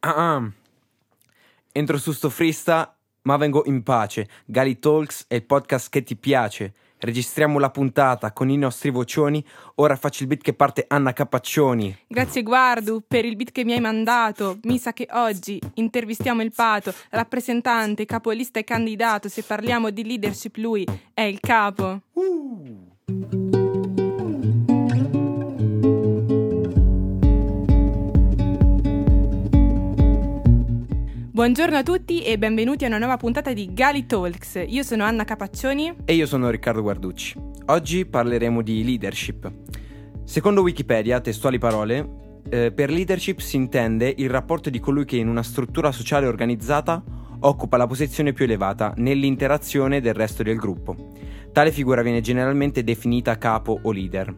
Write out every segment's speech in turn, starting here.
Entro su sto freestyle, ma vengo in pace. Gali Talks è il podcast che ti piace. Registriamo la puntata con i nostri vocioni. Ora faccio il beat che parte Anna Capaccioni. Grazie Guardu per il beat che mi hai mandato. Mi sa che oggi intervistiamo il Pato, rappresentante, capolista e candidato. Se parliamo di leadership lui è il capo. Buongiorno a tutti e benvenuti a una nuova puntata di Gali Talks. Io sono Anna Capaccioni. E io sono Riccardo Guarducci. Oggi parleremo di leadership. Secondo Wikipedia, testuali parole, per leadership si intende il rapporto di colui che in una struttura sociale organizzata occupa la posizione più elevata nell'interazione del resto del gruppo. Tale figura viene generalmente definita capo o leader.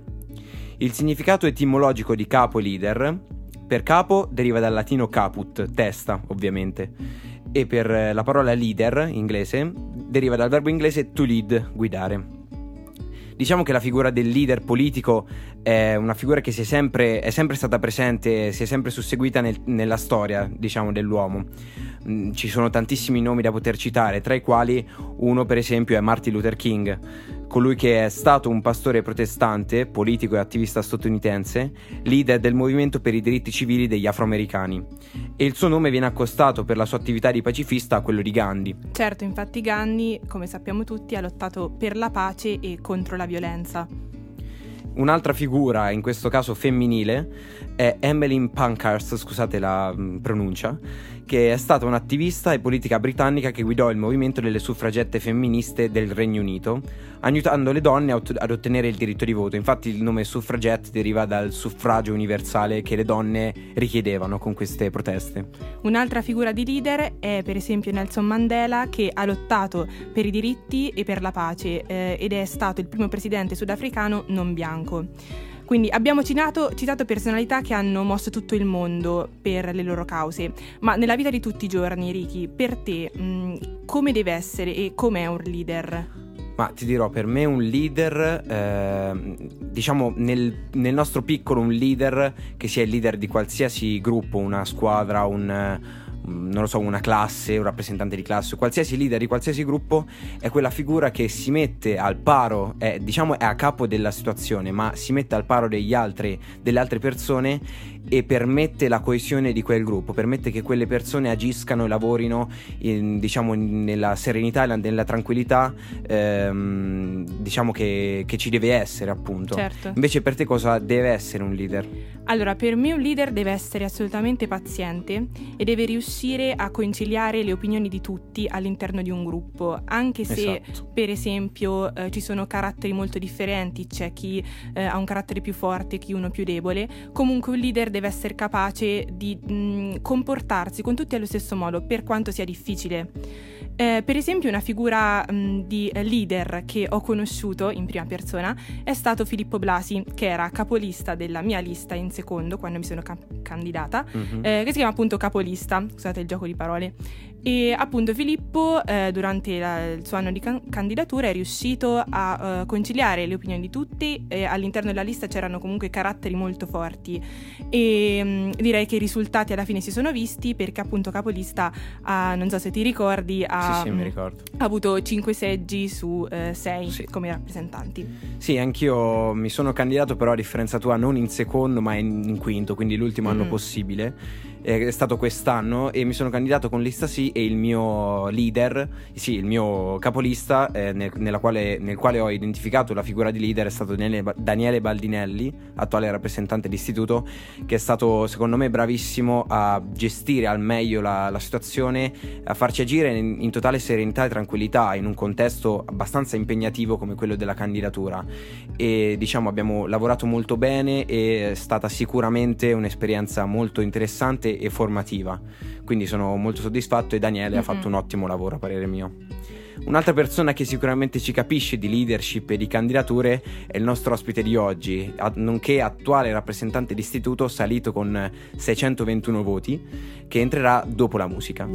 Il significato etimologico di capo e leader: per capo deriva dal latino caput, testa ovviamente, e per la parola leader, inglese, deriva dal verbo inglese to lead, guidare. Diciamo che la figura del leader politico è una figura che è sempre stata presente, si è sempre susseguita nella storia, diciamo, dell'uomo. Ci sono tantissimi nomi da poter citare, tra i quali uno per esempio è Martin Luther King, colui che è stato un pastore protestante, politico e attivista statunitense, leader del movimento per i diritti civili degli afroamericani, e il suo nome viene accostato per la sua attività di pacifista a quello di Gandhi. Certo, infatti Gandhi, come sappiamo tutti, ha lottato per la pace e contro la violenza. Un'altra figura, in questo caso femminile, è Emmeline Pankhurst, scusate la pronuncia, che è stata un'attivista e politica britannica che guidò il movimento delle suffragette femministe del Regno Unito, aiutando le donne ad ottenere il diritto di voto. Infatti il nome suffragette deriva dal suffragio universale che le donne richiedevano con queste proteste. Un'altra figura di leader è per esempio Nelson Mandela, che ha lottato per i diritti e per la pace ed è stato il primo presidente sudafricano non bianco. Quindi abbiamo citato personalità che hanno mosso tutto il mondo per le loro cause, ma nella vita di tutti i giorni, Ricky, per te come deve essere e com'è un leader? Ma ti dirò, per me un leader, diciamo nel nostro piccolo, un leader che sia il leader di qualsiasi gruppo, una squadra, non lo so, una classe, un rappresentante di classe, qualsiasi leader di qualsiasi gruppo, è quella figura che si mette al paro, è a capo della situazione, ma si mette al paro delle altre persone e permette la coesione di quel gruppo, permette che quelle persone agiscano e lavorino nella serenità e nella tranquillità che ci deve essere, appunto. Certo. Invece per te cosa deve essere un leader? Allora, per me un leader deve essere assolutamente paziente e deve riuscire a conciliare le opinioni di tutti all'interno di un gruppo, anche se per esempio ci sono caratteri molto differenti, c'è chi ha un carattere più forte, chi uno più debole. Comunque un leader deve essere capace di comportarsi con tutti allo stesso modo, per quanto sia difficile. Per esempio una figura di leader che ho conosciuto in prima persona è stato Filippo Blasi, che era capolista della mia lista in secondo quando mi sono candidata, che si chiama appunto capolista, scusate il gioco di parole. E appunto Filippo durante il suo anno di candidatura è riuscito a conciliare le opinioni di tutti, e all'interno della lista c'erano comunque caratteri molto forti e direi che i risultati alla fine si sono visti, perché appunto capolista non so se ti ricordi, mi ricordo. Ha avuto 5 seggi su 6 come rappresentanti. Sì, anch'io mi sono candidato, però a differenza tua non in secondo ma in quinto, quindi l'ultimo anno possibile. È stato quest'anno e mi sono candidato con lista sì, e il mio leader, il mio capolista nel quale ho identificato la figura di leader è stato Daniele Baldinelli, attuale rappresentante d'istituto, che è stato secondo me bravissimo a gestire al meglio la situazione, a farci agire in totale serenità e tranquillità in un contesto abbastanza impegnativo come quello della candidatura, e abbiamo lavorato molto bene, e è stata sicuramente un'esperienza molto interessante e formativa, quindi sono molto soddisfatto, e Daniele ha fatto un ottimo lavoro a parere mio. Un'altra persona che sicuramente ci capisce di leadership e di candidature è il nostro ospite di oggi, nonché attuale rappresentante d'istituto, salito con 621 voti, che entrerà dopo la musica.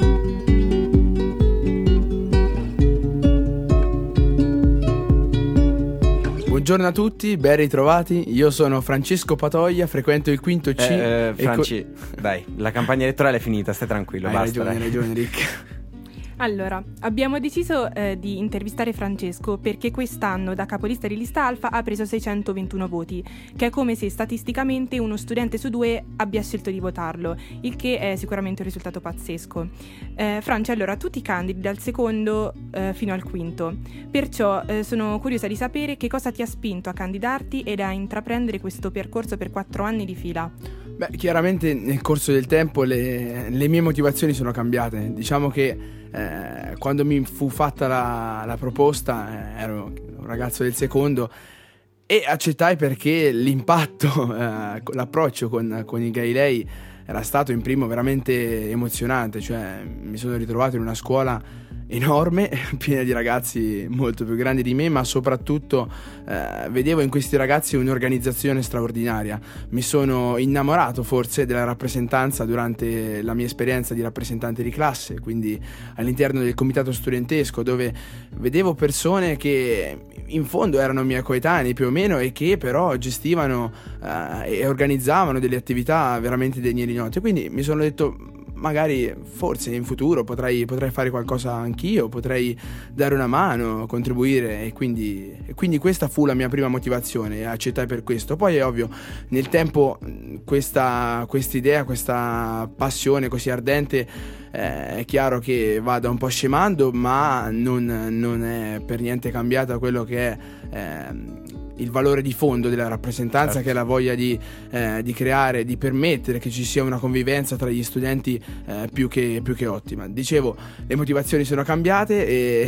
Buongiorno a tutti, ben ritrovati. Io sono Francesco Patoia, frequento il quinto C. Franci, dai, la campagna elettorale è finita, stai tranquillo, basta. Hai ragione, Rick. Allora, abbiamo deciso di intervistare Francesco perché quest'anno da capolista di lista Alfa ha preso 621 voti, che è come se statisticamente uno studente su 2 abbia scelto di votarlo, il che è sicuramente un risultato pazzesco. Franci, allora tu ti candidi dal secondo fino al quinto, perciò sono curiosa di sapere che cosa ti ha spinto a candidarti ed a intraprendere questo percorso per 4 anni di fila. Beh, chiaramente nel corso del tempo le mie motivazioni sono cambiate. Diciamo che quando mi fu fatta la proposta, ero un ragazzo del secondo e accettai perché l'impatto, l'approccio con i Galilei era stato in primo veramente emozionante. Cioè mi sono ritrovato in una scuola enorme, piena di ragazzi molto più grandi di me, ma soprattutto vedevo in questi ragazzi un'organizzazione straordinaria. Mi sono innamorato forse della rappresentanza durante la mia esperienza di rappresentante di classe, quindi all'interno del comitato studentesco, dove vedevo persone che in fondo erano miei coetanei più o meno e che però gestivano e organizzavano delle attività veramente degne di nota. Quindi mi sono detto, magari forse in futuro potrei fare qualcosa anch'io, potrei dare una mano, contribuire, e quindi questa fu la mia prima motivazione e accettai per questo. Poi è ovvio, nel tempo questa idea, questa passione così ardente è chiaro che vada un po' scemando, ma non è per niente cambiata quello che è il valore di fondo della rappresentanza, certo, che è la voglia di creare, di permettere che ci sia una convivenza tra gli studenti più che ottima. Dicevo, le motivazioni sono cambiate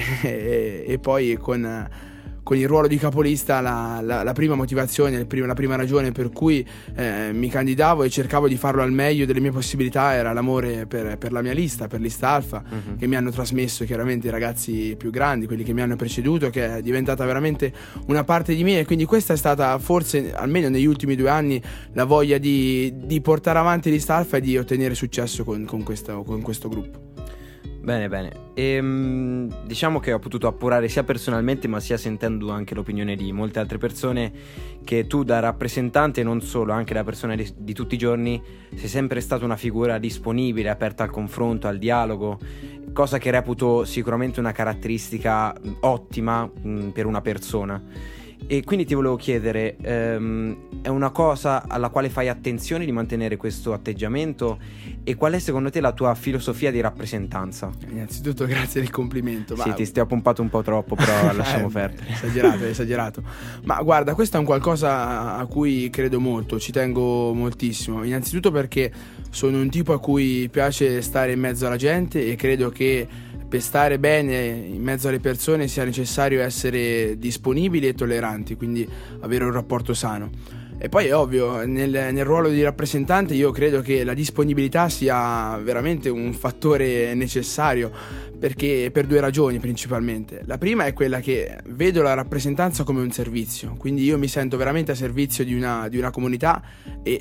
e poi con il ruolo di capolista la prima motivazione, la prima ragione per cui mi candidavo e cercavo di farlo al meglio delle mie possibilità era l'amore per la mia lista, per lista Alfa, che mi hanno trasmesso chiaramente i ragazzi più grandi, quelli che mi hanno preceduto, che è diventata veramente una parte di me, e quindi questa è stata forse, almeno negli ultimi 2 anni, la voglia di portare avanti lista Alfa e di ottenere successo con questo gruppo. Bene. Diciamo che ho potuto appurare sia personalmente ma sia sentendo anche l'opinione di molte altre persone che tu, da rappresentante, non solo, anche da persona di tutti i giorni, sei sempre stata una figura disponibile, aperta al confronto, al dialogo, cosa che reputo sicuramente una caratteristica ottima per una persona. E quindi ti volevo chiedere, è una cosa alla quale fai attenzione di mantenere questo atteggiamento, e qual è secondo te la tua filosofia di rappresentanza? Innanzitutto grazie del complimento. Sì, ti ho pompato un po' troppo, però lasciamo perdere. Esagerato. Ma guarda, questo è un qualcosa a cui credo molto, ci tengo moltissimo. Innanzitutto perché sono un tipo a cui piace stare in mezzo alla gente e credo che per stare bene in mezzo alle persone sia necessario essere disponibili e tolleranti, quindi avere un rapporto sano. E poi è ovvio, nel ruolo di rappresentante io credo che la disponibilità sia veramente un fattore necessario, perché per 2 ragioni principalmente. La prima è quella che vedo la rappresentanza come un servizio, quindi io mi sento veramente a servizio di una comunità e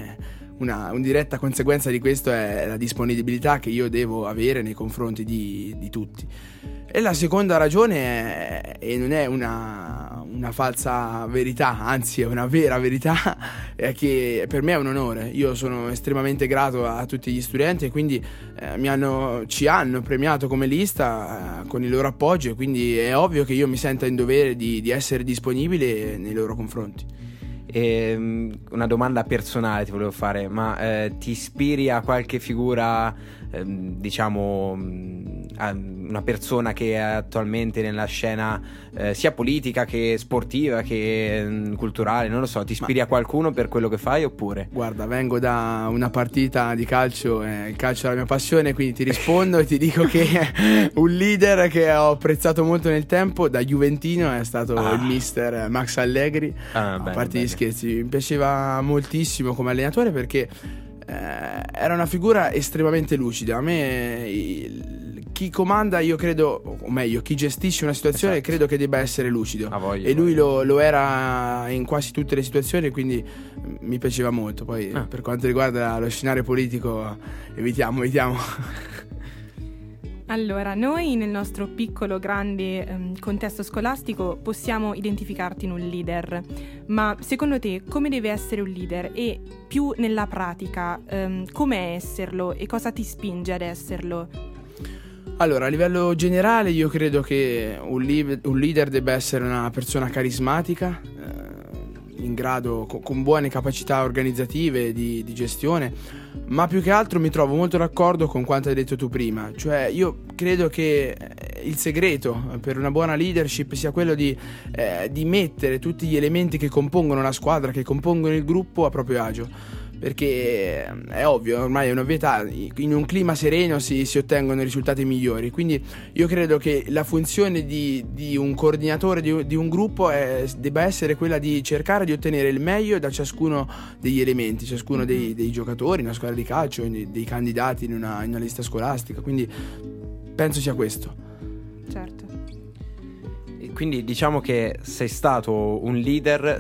una diretta conseguenza di questo è la disponibilità che io devo avere nei confronti di tutti. E la seconda ragione e non è una falsa verità, anzi è una vera verità, è che per me è un onore. Io sono estremamente grato a tutti gli studenti e quindi ci hanno premiato come lista con il loro appoggio, e quindi è ovvio che io mi senta in dovere di essere disponibile nei loro confronti. Una domanda personale ti volevo fare, ma ti ispiri a qualche figura, diciamo a una persona che è attualmente nella scena sia politica che sportiva che culturale, non lo so, ti ispiri a qualcuno per quello che fai oppure? Guarda, vengo da una partita di calcio, il calcio è la mia passione, quindi ti rispondo e ti dico che un leader che ho apprezzato molto nel tempo da juventino è stato il mister Max Allegri. A parte gli scherzi, mi piaceva moltissimo come allenatore perché era una figura estremamente lucida. A me chi comanda, io credo, o meglio chi gestisce una situazione, esatto, credo che debba essere lucido, e lui lo era in quasi tutte le situazioni, quindi mi piaceva molto. Poi per quanto riguarda lo scenario politico evitiamo. Allora, noi nel nostro piccolo, grande contesto scolastico possiamo identificarti in un leader, ma secondo te come deve essere un leader e più nella pratica come esserlo e cosa ti spinge ad esserlo? Allora, a livello generale io credo che un leader debba essere una persona carismatica, in grado, con buone capacità organizzative di gestione, ma più che altro mi trovo molto d'accordo con quanto hai detto tu prima. Cioè, io credo che il segreto per una buona leadership sia quello di mettere tutti gli elementi che compongono la squadra, che compongono il gruppo a proprio agio. Perché è ovvio, ormai è un'ovvietà, in un clima sereno si ottengono risultati migliori. Quindi io credo che la funzione di un coordinatore di un gruppo debba essere quella di cercare di ottenere il meglio da ciascuno degli elementi, ciascuno dei giocatori, in una squadra di calcio, dei candidati in una lista scolastica. Quindi penso sia questo. Certo. Quindi diciamo che sei stato un leader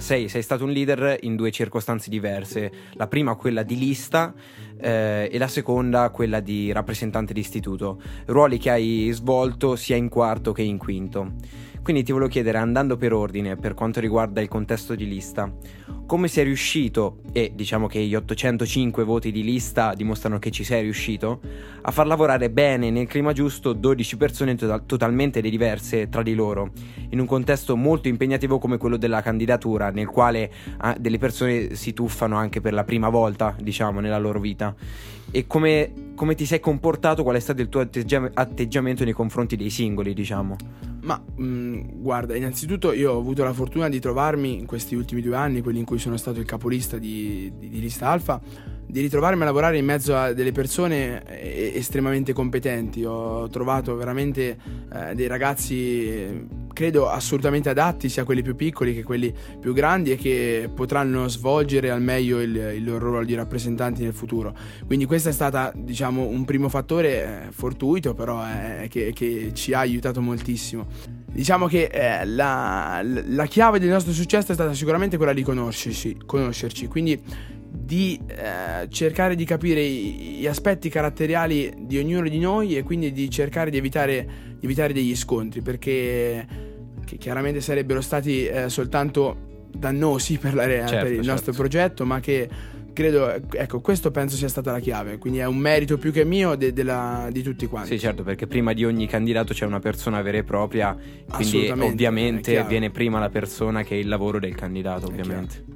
in due circostanze diverse. La prima quella di lista e la seconda quella di rappresentante di istituto, ruoli che hai svolto sia in quarto che in quinto. Quindi ti volevo chiedere, andando per ordine, per quanto riguarda il contesto di lista, come sei riuscito, e diciamo che gli 805 voti di lista dimostrano che ci sei riuscito, a far lavorare bene nel clima giusto 12 persone totalmente diverse tra di loro, in un contesto molto impegnativo come quello della candidatura, nel quale delle persone si tuffano anche per la prima volta, diciamo, nella loro vita. E come ti sei comportato, qual è stato il tuo atteggiamento nei confronti dei singoli, diciamo? Ma guarda, innanzitutto io ho avuto la fortuna di trovarmi in questi ultimi 2 anni, quelli in cui sono stato il capolista di Lista Alfa, di ritrovarmi a lavorare in mezzo a delle persone estremamente competenti. Ho trovato veramente dei ragazzi, credo, assolutamente adatti, sia quelli più piccoli che quelli più grandi, e che potranno svolgere al meglio il loro ruolo di rappresentanti nel futuro. Quindi questo è stato, diciamo, un primo fattore fortuito, però che ci ha aiutato moltissimo. Diciamo che la chiave del nostro successo è stata sicuramente quella di conoscerci, quindi di cercare di capire gli aspetti caratteriali di ognuno di noi, e quindi di cercare di evitare degli scontri, perché chiaramente sarebbero stati soltanto dannosi per il nostro progetto, ma che credo, ecco, questo penso sia stata la chiave. Quindi è un merito più che mio di tutti quanti. Sì, certo, perché prima di ogni candidato c'è una persona vera e propria, quindi ovviamente viene prima la persona che il lavoro del candidato, ovviamente.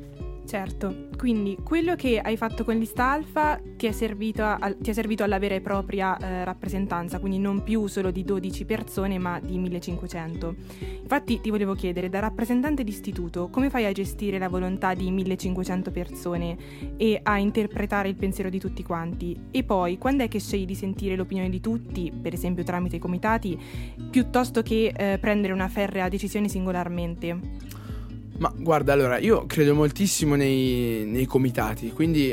Certo, quindi quello che hai fatto con Lista Alfa ti è servito alla vera e propria rappresentanza, quindi non più solo di 12 persone ma di 1500. Infatti ti volevo chiedere, da rappresentante d'istituto, come fai a gestire la volontà di 1500 persone e a interpretare il pensiero di tutti quanti? E poi, quando è che scegli di sentire l'opinione di tutti, per esempio tramite i comitati, piuttosto che prendere una ferrea decisione singolarmente? Ma guarda, allora, io credo moltissimo nei comitati, quindi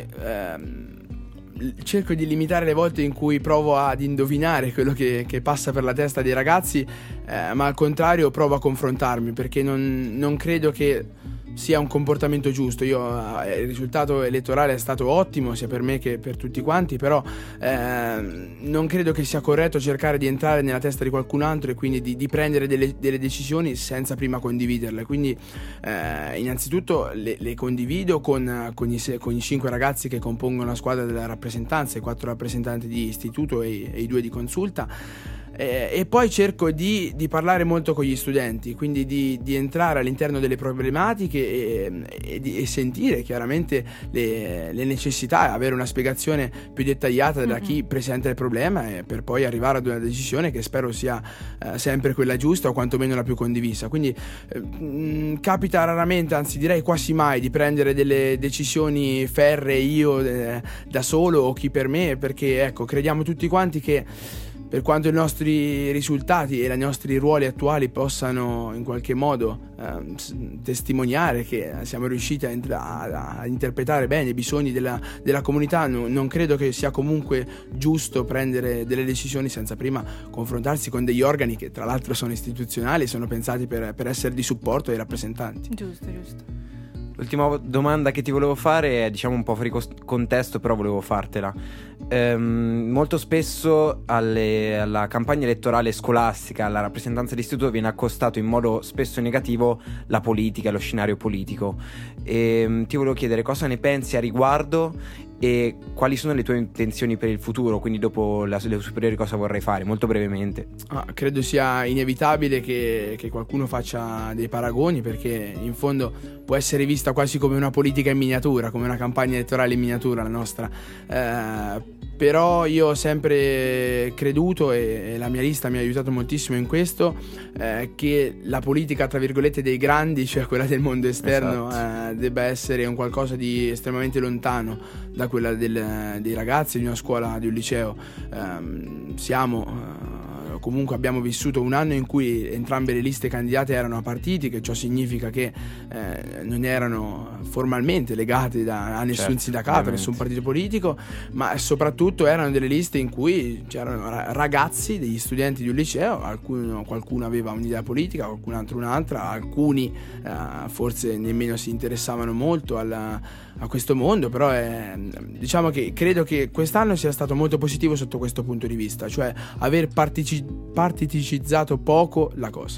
cerco di limitare le volte in cui provo ad indovinare quello che passa per la testa dei ragazzi, ma al contrario provo a confrontarmi, perché non credo che sia un comportamento giusto. Il risultato elettorale è stato ottimo sia per me che per tutti quanti, però non credo che sia corretto cercare di entrare nella testa di qualcun altro e quindi di prendere delle decisioni senza prima condividerle. Quindi innanzitutto le condivido con i 5 ragazzi che compongono la squadra della rappresentanza, i 4 rappresentanti di istituto e i 2 di consulta. E poi cerco di parlare molto con gli studenti, quindi di entrare all'interno delle problematiche e sentire chiaramente le necessità, avere una spiegazione più dettagliata da chi presenta il problema, per poi arrivare ad una decisione che spero sia sempre quella giusta o quantomeno la più condivisa. Quindi capita raramente, anzi direi quasi mai, di prendere delle decisioni ferree io da solo o chi per me, perché ecco, crediamo tutti quanti che per quanto i nostri risultati e i nostri ruoli attuali possano in qualche modo testimoniare che siamo riusciti a interpretare bene i bisogni della comunità, non credo che sia comunque giusto prendere delle decisioni senza prima confrontarsi con degli organi che tra l'altro sono istituzionali e sono pensati per essere di supporto ai rappresentanti. Giusto. L'ultima domanda che ti volevo fare è, diciamo, un po' fuori contesto, però volevo fartela. Molto spesso alla campagna elettorale scolastica, alla rappresentanza d'istituto, viene accostato in modo spesso negativo la politica, lo scenario politico. Ti volevo chiedere cosa ne pensi a riguardo e quali sono le tue intenzioni per il futuro, quindi dopo le superiori cosa vorrai fare, molto brevemente. Credo sia inevitabile che qualcuno faccia dei paragoni, perché in fondo può essere vista quasi come una politica in miniatura, come una campagna elettorale in miniatura la nostra, però io ho sempre creduto, e la mia lista mi ha aiutato moltissimo in questo, che la politica tra virgolette dei grandi, cioè quella del mondo esterno, debba essere un qualcosa di estremamente lontano da quella dei ragazzi di una scuola, di un liceo. Comunque abbiamo vissuto un anno in cui entrambe le liste candidate erano apartitiche, ciò significa che non erano formalmente legate a nessun sindacato, a nessun partito politico, ma soprattutto erano delle liste in cui c'erano ragazzi, degli studenti di un liceo, qualcuno aveva un'idea politica, qualcun altro un'altra, alcuni forse nemmeno si interessavano molto a questo mondo, però diciamo che credo che quest'anno sia stato molto positivo sotto questo punto di vista, cioè aver partiticizzato poco la cosa.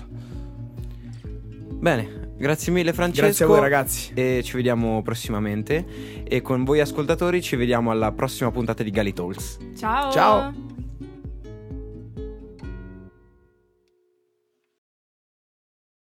Bene, grazie mille Francesco. Grazie a voi ragazzi. E ci vediamo prossimamente. E con voi ascoltatori ci vediamo alla prossima puntata di Gali Talks. Ciao. Ciao.